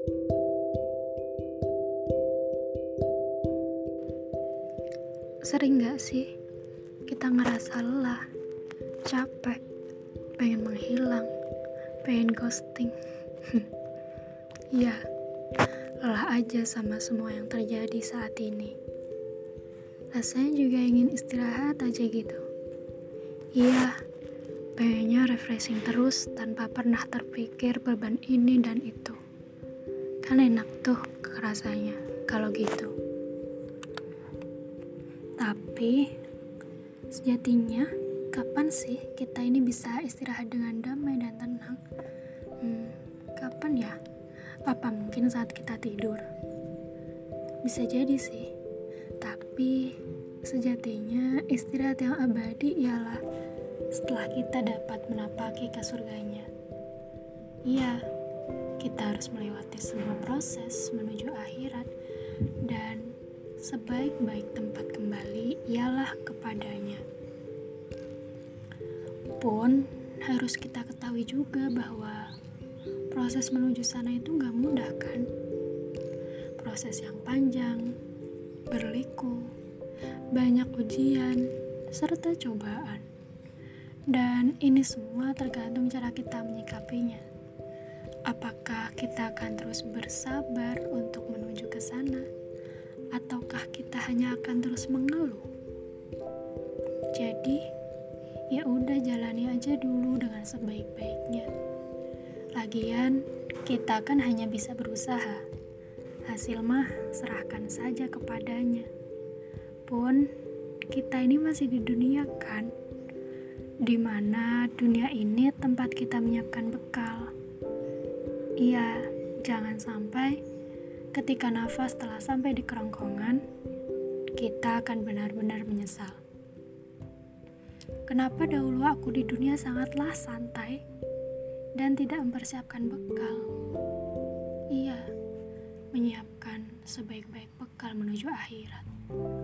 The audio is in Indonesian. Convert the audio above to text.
Sering gak sih kita ngerasa lelah, capek, pengen menghilang, pengen ghosting? Iya, lelah aja sama semua yang terjadi saat ini. Rasanya juga ingin istirahat aja gitu. Iya, pengennya refreshing terus tanpa pernah terpikir beban ini dan itu. Kan enak tuh rasanya kalau gitu. Tapi sejatinya kapan sih kita ini bisa istirahat dengan damai dan tenang? Kapan ya? Apa mungkin saat kita tidur? Bisa jadi sih. Tapi sejatinya istirahat yang abadi ialah setelah kita dapat menapaki ke surganya. Iya, kita harus melewati semua proses menuju akhirat, dan sebaik-baik tempat kembali ialah kepadanya. Pun harus kita ketahui juga bahwa proses menuju sana itu gak mudah kan? Proses yang panjang, berliku, banyak ujian, serta cobaan. Dan ini semua tergantung cara kita menyikapinya. Apakah kita akan terus bersabar untuk menuju ke sana? Ataukah kita hanya akan terus mengeluh? Jadi, ya udah jalani aja dulu dengan sebaik-baiknya. Lagian, kita kan hanya bisa berusaha. Hasil mah serahkan saja kepadanya. Pun, kita ini masih di dunia kan? Dimana dunia ini tempat kita menyiapkan bekal. Iya, jangan sampai ketika nafas telah sampai di kerongkongan, kita akan benar-benar menyesal. Kenapa dahulu aku di dunia sangatlah santai dan tidak mempersiapkan bekal? Iya, menyiapkan sebaik-baik bekal menuju akhirat.